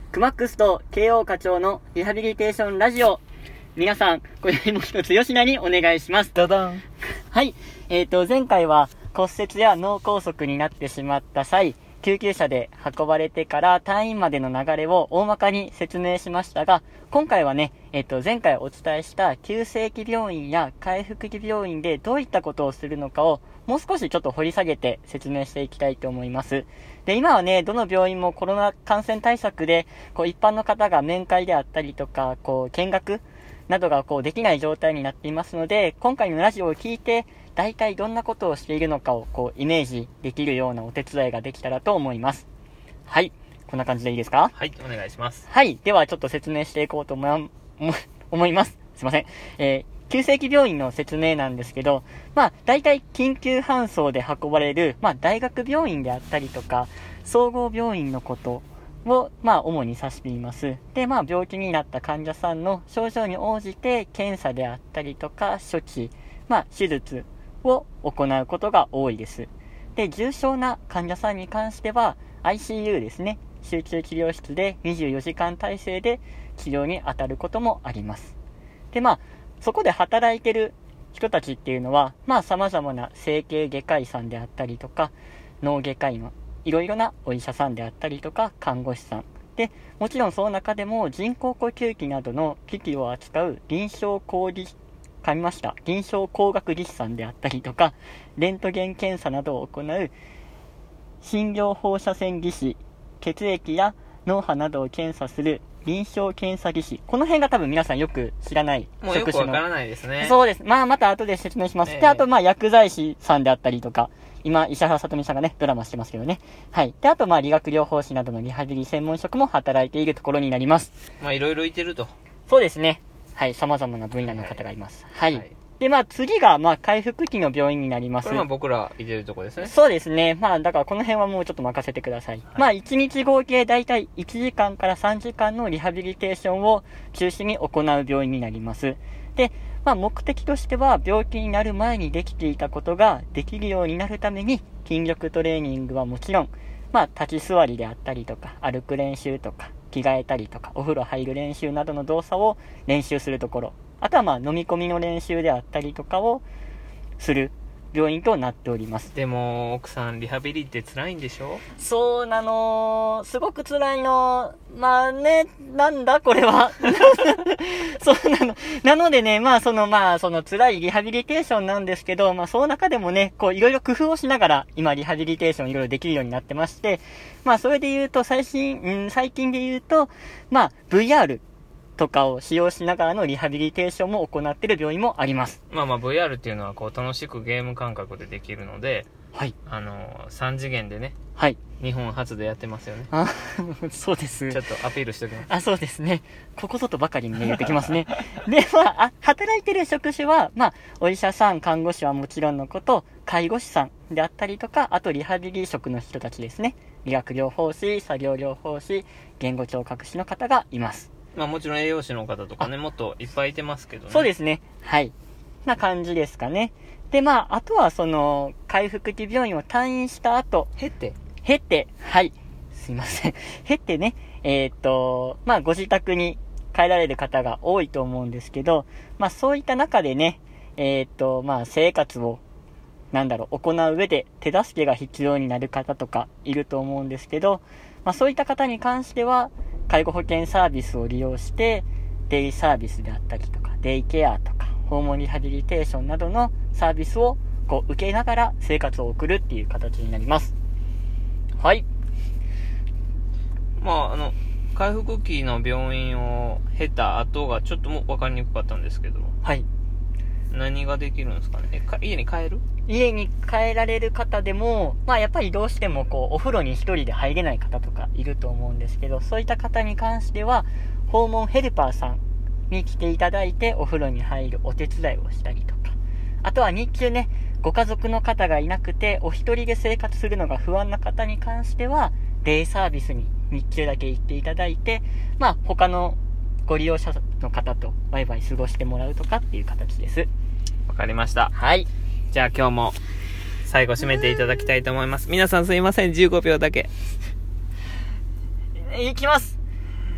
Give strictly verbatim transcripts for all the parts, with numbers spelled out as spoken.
クマックスと ケーオー 課長のリハビリテーションラジオ。皆さん、これも一つ吉名にお願いします。 ダダン。 はい。えっと、前回は骨折や脳梗塞になってしまった際、救急車で運ばれてから退院までの流れを大まかに説明しましたが、今回はね、えっと、前回お伝えした急性期病院や回復期病院でどういったことをするのかをもう少しちょっと掘り下げて説明していきたいと思います。で、今はね、どの病院もコロナ感染対策で、こう一般の方が面会であったりとか、こう見学などがこうできない状態になっていますので、今回のラジオを聞いて、大体どんなことをしているのかをこうイメージできるようなお手伝いができたらと思います。はい。こんな感じでいいですか？ はい、お願いします。 はい。ではちょっと説明していこうと思い、思います。すいません。えー、急性期病院の説明なんですけど、まあ、大体緊急搬送で運ばれる、まあ、大学病院であったりとか、総合病院のことを、まあ、主に指しています。で、まあ、病気になった患者さんの症状に応じて、検査であったりとか、処置、まあ、手術を行うことが多いです。で、重症な患者さんに関しては、アイシーユー ですね。集中治療室でにじゅうよじかん体制で治療に当たることもあります。で、まあ、そこで働いてる人たちっていうのは、まあ、様々な整形外科医さんであったりとか、脳外科医のいろいろなお医者さんであったりとか、看護師さん。で、もちろんその中でも人工呼吸器などの機器を扱う臨床工技噛みました。臨床工学技師さんであったりとか、レントゲン検査などを行う診療放射線技師、血液や脳波などを検査する臨床検査技師。この辺が多分皆さんよく知らないもうよくわからないですね。 そうです。まあまた後で説明します。えー、で、あとまあ薬剤師さんであったりとか、今石原さとみさんがね、ドラマしてますけどね。はい。で、あとまあ理学療法士などのリハビリ専門職も働いているところになります。 まあいろいろいてると。 そうですね。はい、様々な分野の方がいます。はい。はい、で、まあ、次が、まあ、回復期の病院になります。 これは僕らいてるとこですね。 そうですね。まあ、だからこの辺はもうちょっと任せてください。はい、まあ、いちにち合計だいたいいちじかんからさんじかんのリハビリテーションを中心に行う病院になります。で、まあ、目的としては、病気になる前にできていたことができるようになるために、筋力トレーニングはもちろん、まあ、立ち座りであったりとか、歩く練習とか、着替えたりとか、お風呂入る練習などの動作を練習するところ。あとはまあ飲み込みの練習であったりとかをする病院となっております。 でも奥さんリハビリって辛いんでしょ？ そうなの。すごく辛いの。まあね、なんだこれは。そうなの。なのでね、まあそのまあその辛いリハビリテーションなんですけど、まあその中でもね、こういろいろ工夫をしながら今リハビリテーションいろいろできるようになってまして、まあそれで言うと最新、うん、最近で言うと、まあ ブイアール。とかを使用しながらのリハビリテーションも行っている病院もあります。 まあまあ ブイアール っていうのはこう楽しくゲーム感覚でできるので、 はい。 あのさん次元でね、 はい。 日本初でやってますよね。 あ、そうです。 ちょっとアピールしておきます。 あ、そうですね。ここぞとばかりにね、言ってきますね。で、まあ、あ、働いてる職種は、まあ、お医者さん、看護師はもちろんのこと、介護士さんであったりとか、あとリハビリ職の人たちですね。理学療法士、作業療法士、言語聴覚士の方がいます。 まあもちろん栄養士の方とかね、もっといっぱいいてますけどね。 そうですね。はい。な感じですかね。で、まあ、あとはその、回復期病院を退院した後。 経て経て、はい。すいません。経てね、えー、っと、まあ、ご自宅に帰られる方が多いと思うんですけど、まあ、そういった中でね、えー、っと、まあ、生活を、なんだろう、行う上で手助けが必要になる方とかいると思うんですけど、まあ、そういった方に関しては、介護保険サービスを利用して、デイサービスであったりとか、デイケアとか、訪問リハビリテーションなどのサービスをこう受けながら生活を送るっていう形になります。はい。 まあ、あの、回復期の病院を経た後がちょっとも分かりにくかったんですけど。 はい。 何ができるんですかね。え、か家に帰る？ 家に帰られる方でも、まあやっぱりどうしてもこう、お風呂に一人で入れない方とかいると思うんですけど、そういった方に関しては、訪問ヘルパーさんに来ていただいてお風呂に入るお手伝いをしたりとか、あとは日中ね、ご家族の方がいなくて、お一人で生活するのが不安な方に関しては、デイサービスに日中だけ行っていただいて、まあ他のご利用者の方とワイワイ過ごしてもらうとかっていう形です。 わかりました。 はい。 じゃあ今日も最後締めていただきたいと思います。皆さんすいません、じゅうごびょうだけ。 いきます。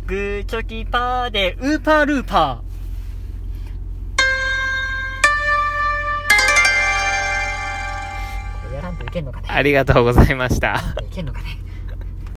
グーチョキパーでウーパールーパー。これやらんといけんのかね。 ありがとうございました。 いけんのかね。